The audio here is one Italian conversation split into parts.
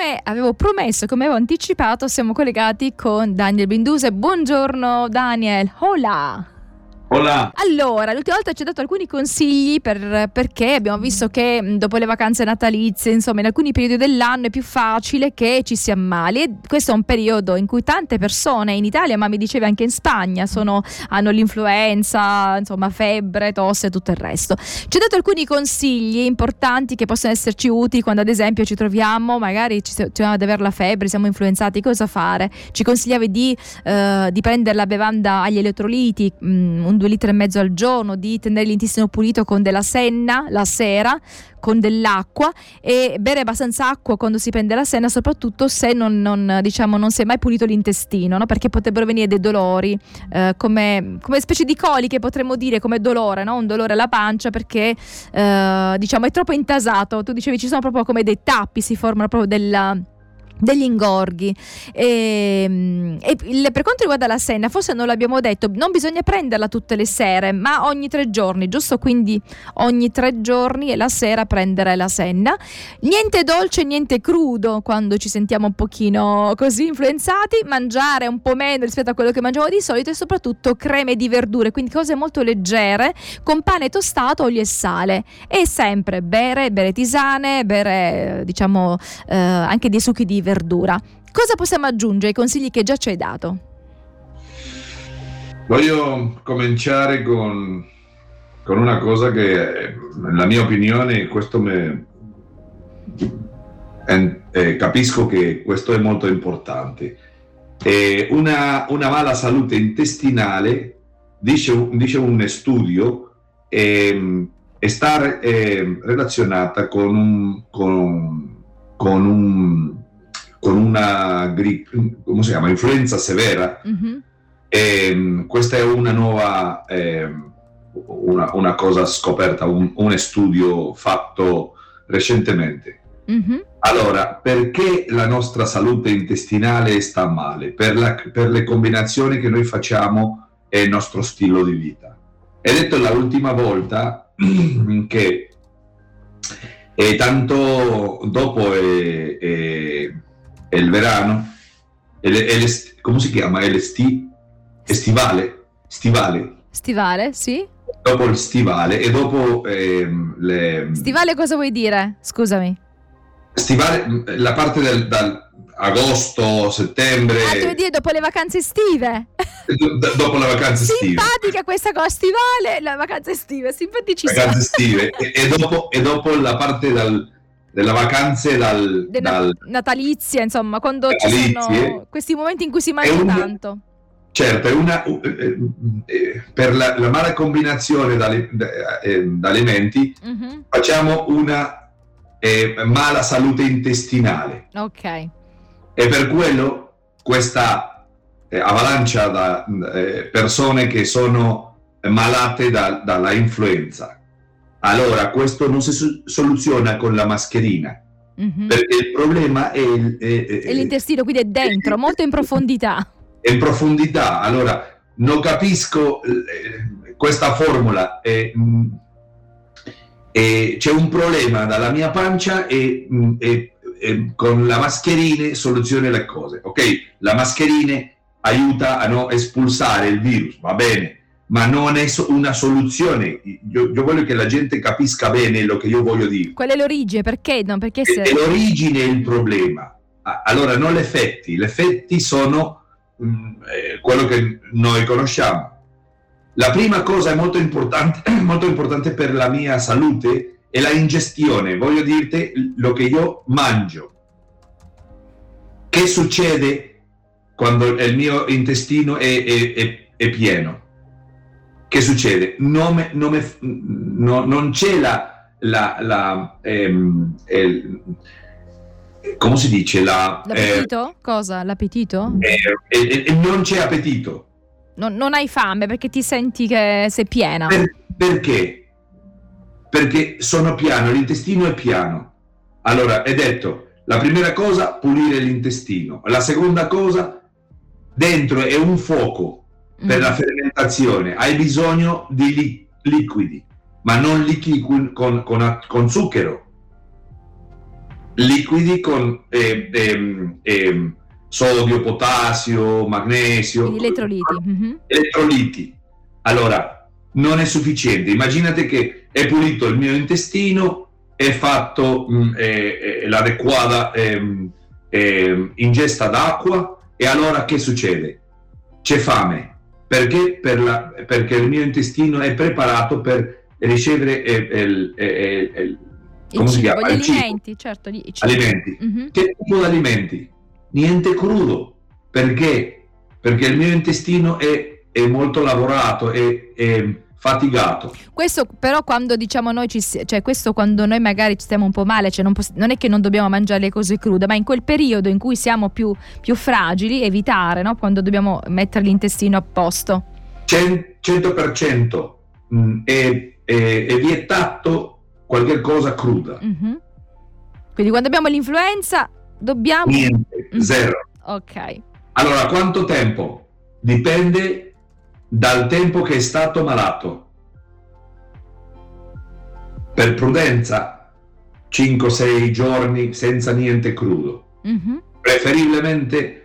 come avevo promesso, come avevo anticipato, siamo collegati con Daniel Binduse. Buongiorno Daniel, hola! Hola. Allora, l'ultima volta ci ha dato alcuni consigli perché abbiamo visto che dopo le vacanze natalizie, insomma, in alcuni periodi dell'anno è più facile che ci si ammali, e questo è un periodo in cui tante persone in Italia, ma mi dicevi anche in Spagna, hanno l'influenza, insomma, febbre, tosse e tutto il resto. Ci ha dato alcuni consigli importanti che possono esserci utili quando ad esempio ci troviamo, magari ci troviamo ad avere la febbre, siamo influenzati, cosa fare? Ci consigliavi di prendere la bevanda agli elettroliti, un 2,5 litri al giorno, di tenere l'intestino pulito con della senna la sera, con dell'acqua, e bere abbastanza acqua quando si prende la senna, soprattutto se non si è mai pulito l'intestino, no? Perché potrebbero venire dei dolori, come specie di coliche, potremmo dire, come dolore, no? Un dolore alla pancia perché è troppo intasato. Tu dicevi ci sono proprio come dei tappi, si formano proprio degli ingorghi, e per quanto riguarda la senna, forse non l'abbiamo detto, non bisogna prenderla tutte le sere, ma ogni 3 giorni, giusto? Quindi ogni 3 giorni e la sera prendere la senna. Niente dolce, niente crudo quando ci sentiamo un pochino così influenzati, mangiare un po' meno rispetto a quello che mangiamo di solito, e soprattutto creme di verdure, quindi cose molto leggere, con pane tostato, olio e sale, e sempre bere tisane, bere anche dei succhi di verdura. Cosa possiamo aggiungere ai consigli che già ci hai dato? Voglio cominciare con una cosa che, nella mia opinione, capisco che questo è molto importante. Una mala salute intestinale, dice un studio, sta relazionata con una come si chiama? Influenza severa. Mm-hmm. Questa è una nuova una cosa scoperta, un studio fatto recentemente. Mm-hmm. Allora, perché la nostra salute intestinale sta male? Per le combinazioni che noi facciamo e il nostro stile di vita. Hai detto l'ultima volta che tanto dopo è il verano, come si chiama? Stivale, sì. Dopo il stivale e dopo Stivale cosa vuoi dire? Scusami. Stivale, la parte dal agosto, settembre. Tu vuoi dire dopo le vacanze estive? Dopo la vacanza estive. Simpatica questa cosa, stivale, la vacanza estive, simpaticissima. Vacanze estive e dopo la parte delle vacanze natalizia, insomma, quando ci sono questi momenti in cui si mangia tanto. Certo, per la mala combinazione d'alimenti, uh-huh, facciamo una mala salute intestinale. Ok. E per quello questa avalancia da persone che sono malate dalla influenza. Allora, questo non si soluziona con la mascherina, mm-hmm, perché il problema è l'intestino, quindi è dentro, molto in profondità. In profondità. Allora, non capisco questa formula. C'è un problema dalla mia pancia e con la mascherina soluziona le cose. Ok, la mascherina aiuta a non espulsare il virus, va bene, ma non è una soluzione. Io voglio che la gente capisca bene quello che io voglio dire. Qual è l'origine? Perché? No, perché è l'origine il problema. Allora, non gli effetti. Gli effetti sono quello che noi conosciamo. La prima cosa è molto importante per la mia salute è la ingestione. Voglio dirti lo che io mangio. Che succede quando il mio intestino è pieno? Che succede? Non c'è come si dice? L'appetito? Cosa? L'appetito? Non c'è appetito. Non hai fame perché ti senti che sei piena. Perché? Perché sono piano, l'intestino è piano. Allora, è detto, la prima cosa, pulire l'intestino. La seconda cosa, dentro è un fuoco per la fermentazione. Hai bisogno di liquidi, ma non liquidi con zucchero. liquidi con sodio, potassio, magnesio, quindi elettroliti. elettroliti. Allora, non è sufficiente. Immaginate che è pulito il mio intestino, è fatto l'adeguata ingesta d'acqua, e allora che succede? C'è fame. Perché? Perché il mio intestino è preparato per ricevere come si chiama? Gli alimenti, certo, gli alimenti. Che tipo di alimenti? Niente crudo. Perché? Perché il mio intestino è molto lavorato, è fatigato. Questo però quando diciamo noi questo quando noi magari ci stiamo un po' male, cioè non è che non dobbiamo mangiare le cose crude, ma in quel periodo in cui siamo più fragili, evitare, no? Quando dobbiamo mettere l'intestino a posto. 100% è vietato qualche cosa cruda. Quindi quando abbiamo l'influenza dobbiamo... Niente, zero. Ok. Allora, quanto tempo? Dipende dal tempo che è stato malato. Per prudenza 5-6 giorni senza niente crudo. Preferibilmente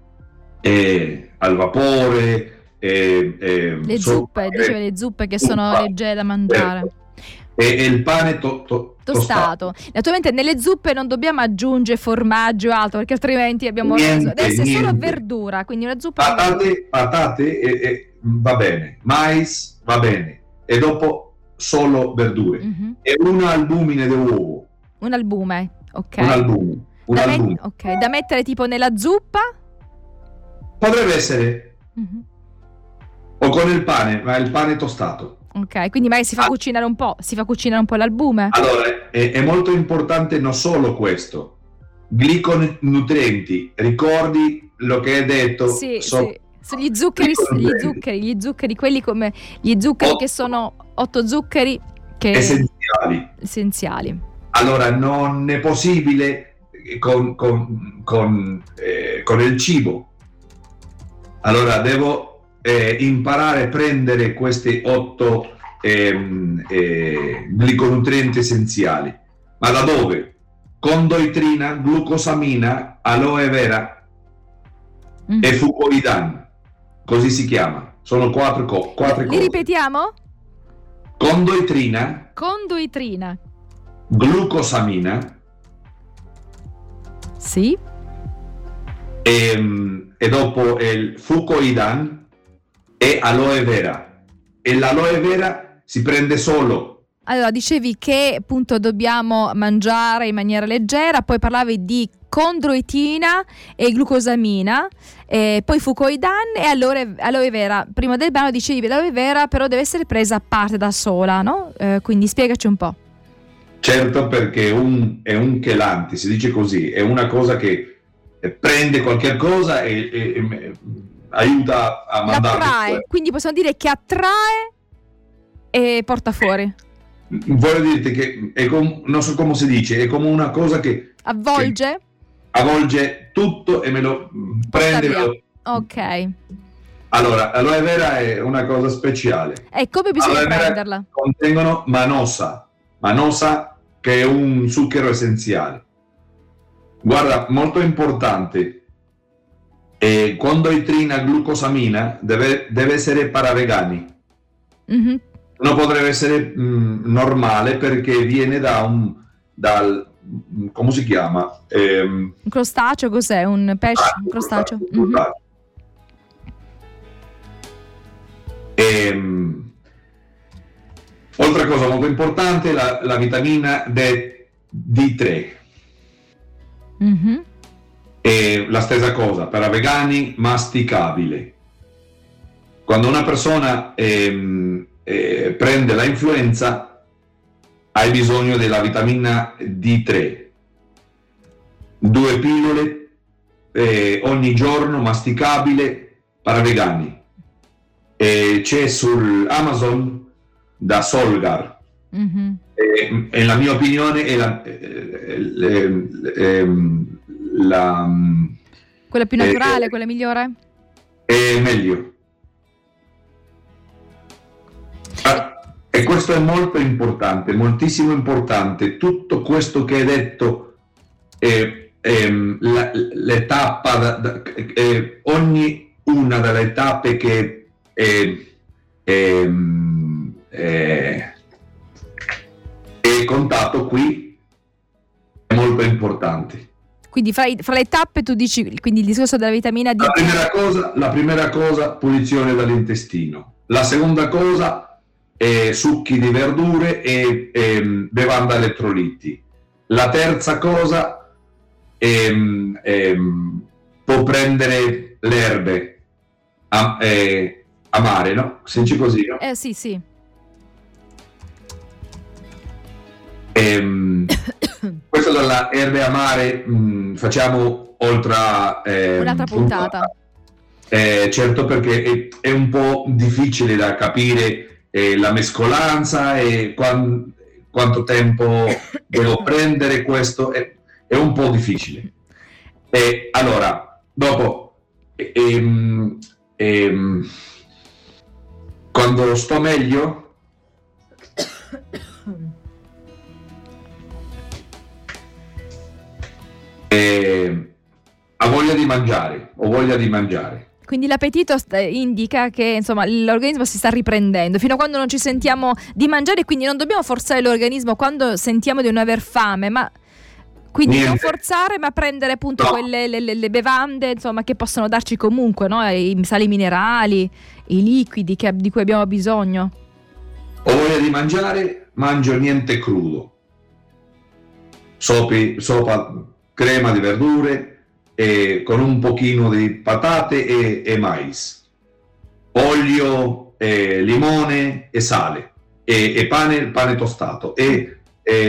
al vapore, le zuppe, diceva le zuppe che sono leggere da mangiare. E il pane tostato. Naturalmente nelle zuppe non dobbiamo aggiungere formaggio o altro, perché altrimenti abbiamo deve essere solo verdura, quindi una zuppa patate va bene, mais va bene, e dopo solo verdure. E un albumine di uovo. Un albume, ok. Un albume. Ok, da mettere tipo nella zuppa? Potrebbe essere. O con il pane, ma il pane tostato. Ok, quindi magari si fa cucinare un po' l'albume. Allora, è molto importante non solo questo. Gliconutrienti, ricordi lo che hai detto? Sì. Gli zuccheri, quelli come gli zuccheri che sono 8 zuccheri essenziali. Allora, non è possibile con il cibo. Allora, devo imparare a prendere questi 8 gliconutrienti essenziali. Ma da dove? Condoitrina, glucosamina, aloe vera e fucoidan. Così si chiama. Sono 4 cose. Li ripetiamo? Condoitrina, glucosamina, sì, e dopo il fucoidan e aloe vera. E l'aloe vera si prende solo. Allora, dicevi che appunto dobbiamo mangiare in maniera leggera, poi parlavi di condroitina e glucosamina, poi fucoidan e aloe vera. Prima del brano dicevi l'aloe vera però deve essere presa a parte da sola, no? Quindi spiegaci un po'. Certo, perché è un chelante, si dice così, è una cosa che prende qualche cosa e aiuta a mandare. Attrae, quindi possiamo dire che attrae e porta fuori. Voglio dirti che non so come si dice, è come una cosa che avvolge tutto e me lo prende. Ok. Allora, aloe vera è una cosa speciale. E come bisogna prenderla? Contengono manosa, che è un zucchero essenziale. Guarda, molto importante. Condoitrina, glucosamina deve essere per vegani. Non potrebbe essere normale, perché viene dal come si chiama? Un crostaceo, cos'è? Un pesce? Un crostaceo? Altra cosa molto importante, la vitamina D3. E la stessa cosa per i vegani, masticabile. Quando una persona prende la influenza, hai bisogno della vitamina D3. 2 pillole ogni giorno, masticabile, per vegani. C'è sul Amazon da Solgar. E la mia opinione è quella più naturale, quella migliore? È meglio. E questo è molto importante, moltissimo importante. Tutto questo che hai detto l'etappa, ogni una delle tappe che è contato qui è molto importante. Quindi fra le tappe tu dici, quindi il discorso della vitamina D. La prima cosa, pulizone dall'intestino. La seconda cosa, succhi di verdure e bevanda elettroliti. La terza cosa, può prendere le erbe amare, no? Si dice così, no? Sì, sì. Questo dalla erbe amare facciamo un'altra puntata. Certo, perché è un po' difficile da capire la mescolanza e quanto tempo devo prendere questo, è un po' difficile. Allora, dopo, quando sto meglio, ho voglia di mangiare. Quindi l'appetito indica che insomma l'organismo si sta riprendendo fino a quando non ci sentiamo di mangiare, quindi non dobbiamo forzare l'organismo quando sentiamo di non aver fame, ma quindi non forzare, ma prendere appunto quelle le bevande insomma che possono darci comunque, no? I sali minerali, i liquidi di cui abbiamo bisogno. Ho voglia di mangiare, mangio niente crudo, sopra crema di verdure con un pochino di patate e mais, olio, limone e sale e pane tostato e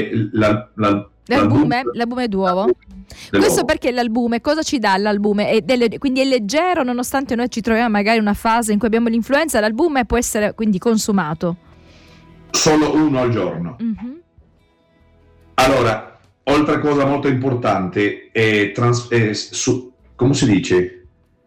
l'albume d'uovo. Questo perché l'albume, cosa ci dà l'albume? Quindi è leggero, nonostante noi ci troviamo magari in una fase in cui abbiamo l'influenza, l'albume può essere quindi consumato? Solo uno al giorno. Mm-hmm. Allora, altra cosa molto importante è come si dice?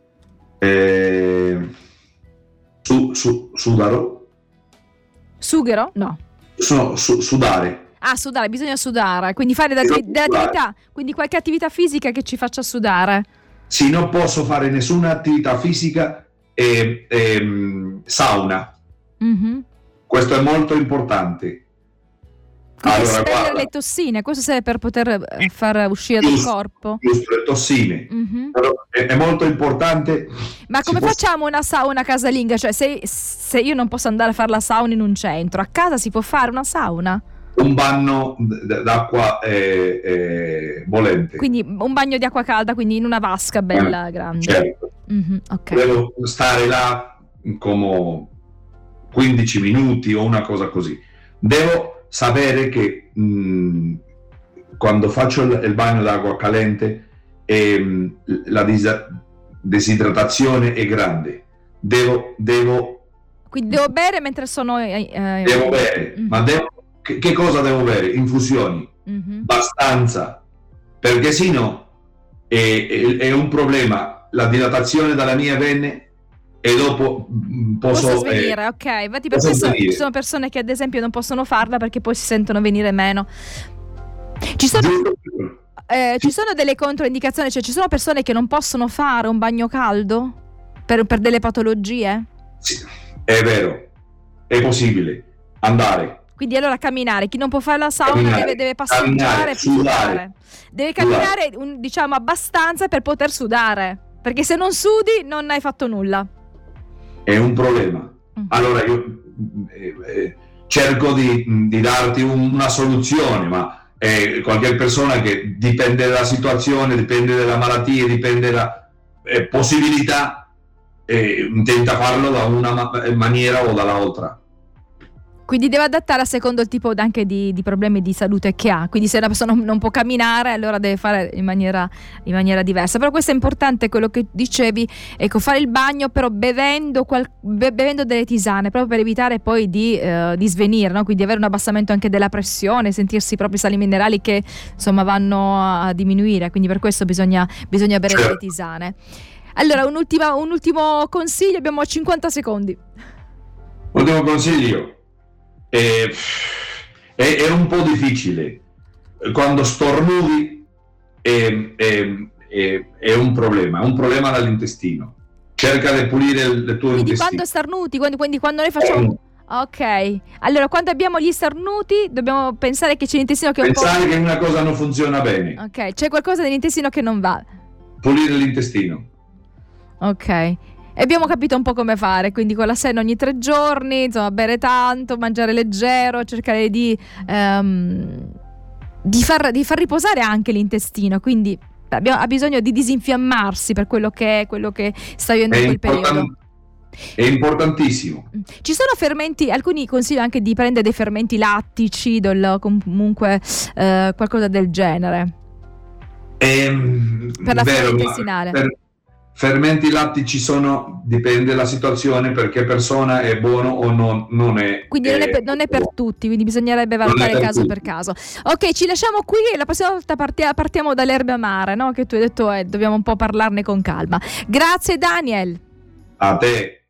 Sudaro? Sughero? No. Sudare. Sudare, bisogna sudare, quindi fare dell'attività, quindi qualche attività fisica che ci faccia sudare. Sì, non posso fare nessuna attività fisica sauna. Mm-hmm. Questo è molto importante. Allora, le tossine, questo serve per poter far uscire dal corpo. Giusto, le tossine. Mm-hmm. È molto importante. Ma come facciamo una sauna casalinga? Cioè, se io non posso andare a fare la sauna in un centro, a casa si può fare una sauna? Un bagno d'acqua bollente. Quindi un bagno di acqua calda, quindi in una vasca bella grande. Certo. Mm-hmm, okay. Devo stare là come 15 minuti o una cosa così. Devo sapere che quando faccio il bagno d'acqua calente la disidratazione è grande. Quindi devo bere mentre sono devo bere, mm-hmm. Ma che cosa devo bere? Infusioni, mm-hmm. Abbastanza, perché sennò è un problema la dilatazione dalla mia vene e dopo posso svenire, ok. Infatti per questo ci sono persone che ad esempio non possono farla perché poi si sentono venire meno. Ci sono delle controindicazioni, cioè ci sono persone che non possono fare un bagno caldo per delle patologie? Sì, è vero, è possibile andare. Quindi allora camminare, chi non può fare la sauna deve passeggiare, sudare. Deve camminare diciamo abbastanza per poter sudare, perché se non sudi non hai fatto nulla. È un problema. Allora io cerco di darti una soluzione, ma qualche persona che dipende dalla situazione, dipende dalla malattia, dipende dalla possibilità, intenta farlo da una maniera o dall'altra. Quindi deve adattare a secondo il tipo anche di problemi di salute che ha. Quindi se una persona non può camminare, allora deve fare in maniera diversa. Però questo è importante, quello che dicevi, ecco, fare il bagno però bevendo delle tisane, proprio per evitare poi di svenire, no? Quindi avere un abbassamento anche della pressione, sentirsi proprio i sali minerali che insomma vanno a diminuire. Quindi per questo bisogna bere delle tisane. Allora, un ultimo consiglio, abbiamo 50 secondi. Ultimo consiglio. È un po' difficile quando stornudi è un problema dall'intestino. Cerca di pulire il tuo Quindi intestino. quando starnuti, quindi quando noi facciamo... Ok, allora quando abbiamo gli starnuti dobbiamo pensare che c'è l'intestino che è un po'... Pensare che una cosa non funziona bene. Ok, c'è qualcosa nell'intestino che non va. Pulire l'intestino. Ok, e abbiamo capito un po' come fare, quindi con la senna ogni 3 giorni, insomma, bere tanto, mangiare leggero, cercare di far riposare anche l'intestino, quindi ha bisogno di disinfiammarsi per quello che sta vivendo in quel periodo. È importantissimo. Ci sono fermenti, alcuni consigliano anche di prendere dei fermenti lattici, comunque qualcosa del genere. Per la flora intestinale. Fermenti lattici dipende dalla situazione, perché persona è buono o non è. Quindi non è per tutti, quindi bisognerebbe valutare caso per caso. Ok, ci lasciamo qui e la prossima volta partiamo dalle erbe amare, no? Che tu hai detto dobbiamo un po' parlarne con calma. Grazie Daniel. A te.